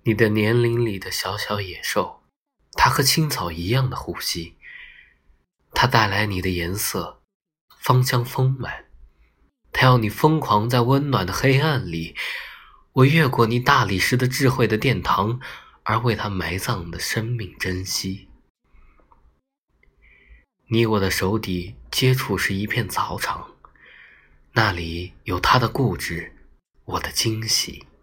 你的年龄里的小小野兽，它和青草一样的呼吸，它带来你的颜色，芳香丰满，它要你疯狂在温暖的黑暗里，我越过你大理石的智慧的殿堂，而为它埋葬的生命珍惜。你我的手底接触是一片草场，那里有它的固执，我的惊喜。